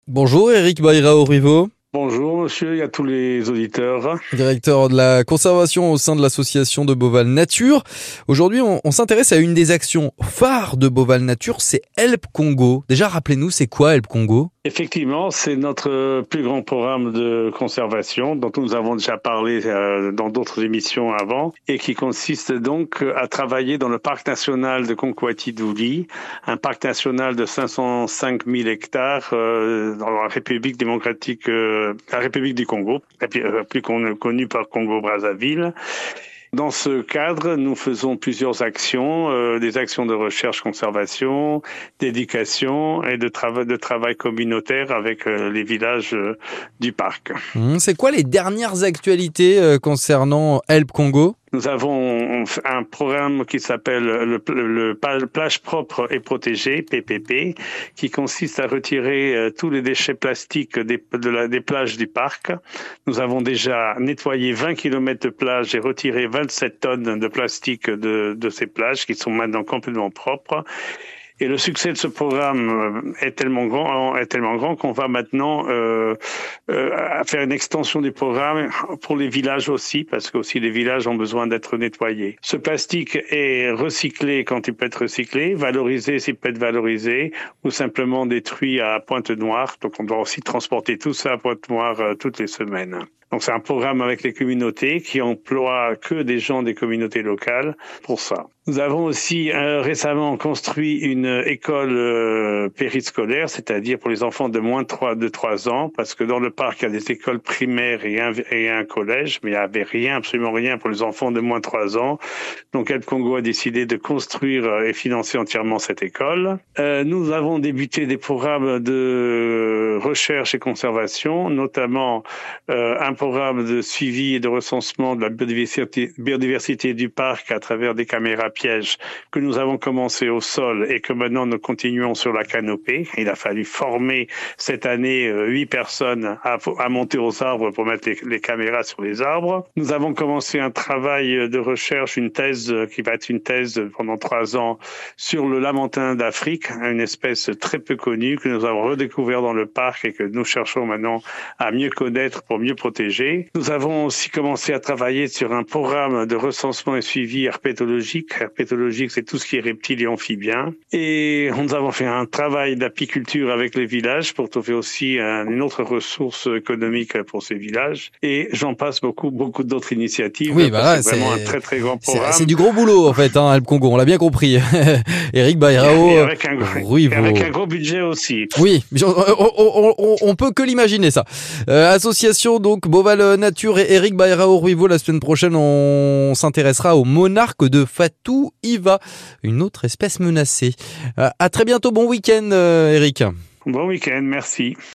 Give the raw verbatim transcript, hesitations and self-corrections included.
Bonjour Eric Bayrao-Rivo, Bonjour monsieur et à tous les auditeurs. directeur de la conservation au sein de l'association de Beauval Nature. Aujourd'hui, on, on s'intéresse à une des actions phares de Beauval Nature, c'est Help Congo. Déjà, rappelez-nous, c'est quoi Help Congo ? Effectivement, c'est notre plus grand programme de conservation dont nous avons déjà parlé euh, dans d'autres émissions avant et qui consiste donc à travailler dans le parc national de Konkwati-Douli, un parc national de cinq cent cinq mille hectares euh, dans la République démocratique, euh, la République du Congo, euh, plus connue par Congo-Brazzaville. Dans ce cadre, nous faisons plusieurs actions, euh, des actions de recherche-conservation, d'éducation et de, trava- de travail communautaire avec euh, les villages euh, du parc. Hum, C'est quoi les dernières actualités euh, concernant Help Congo ? Nous avons un programme qui s'appelle le, le, le plage propre et protégée, P P P, qui consiste à retirer euh, tous les déchets plastiques des, de la, des plages du parc. Nous avons déjà nettoyé vingt kilomètres de plage et retiré vingt-sept tonnes de plastique de, de ces plages qui sont maintenant complètement propres. Et le succès de ce programme est tellement grand, est tellement grand qu'on va maintenant euh, euh, faire une extension du programme pour les villages aussi, parce que aussi les villages ont besoin d'être nettoyés. Ce plastique est recyclé quand il peut être recyclé, valorisé s'il peut être valorisé, ou simplement détruit à Pointe-Noire. Donc on doit aussi transporter tout ça à Pointe-Noire euh, toutes les semaines. Donc c'est un programme avec les communautés qui emploie que des gens des communautés locales pour ça. Nous avons aussi euh, récemment construit une école euh, périscolaire, c'est-à-dire pour les enfants de moins de trois, de trois ans, parce que dans le parc, il y a des écoles primaires et un, et un collège, mais il n'y avait rien, absolument rien pour les enfants de moins de trois ans. Donc Help Congo a décidé de construire et financer entièrement cette école. Euh, nous avons débuté des programmes de recherche et conservation, notamment euh, un programme de suivi et de recensement de la biodiversité, biodiversité du parc à travers des caméras pièges que nous avons commencé au sol et que maintenant nous continuons sur la canopée. Il a fallu former cette année huit personnes à, à monter aux arbres pour mettre les, les caméras sur les arbres. Nous avons commencé un travail de recherche, une thèse qui va être une thèse pendant trois ans sur le lamentin d'Afrique, une espèce très peu connue que nous avons redécouvert dans le parc et que nous cherchons maintenant à mieux connaître pour mieux protéger. Nous avons aussi commencé à travailler sur un programme de recensement et suivi herpétologique. Herpétologique, c'est tout ce qui est reptiles et amphibiens. Et nous avons fait un travail d'apiculture avec les villages pour trouver aussi une autre ressource économique pour ces villages. Et j'en passe beaucoup, beaucoup d'autres initiatives. Oui, bah là, c'est vraiment c'est, un très, très grand c'est, programme. c'est du gros boulot en fait, hein, Help Congo, on l'a bien compris. Eric Et Bayrao, avec un, Ruivo. et avec un gros budget aussi. Oui, on, on, on, on peut que l'imaginer ça. Euh, association donc Beauval Nature et Eric Bayrao-Ruivo. La semaine prochaine, on s'intéressera au monarque de Fatou Iva, une autre espèce menacée. Euh, à très bientôt, bon week-end euh, Eric. Bon week-end, merci.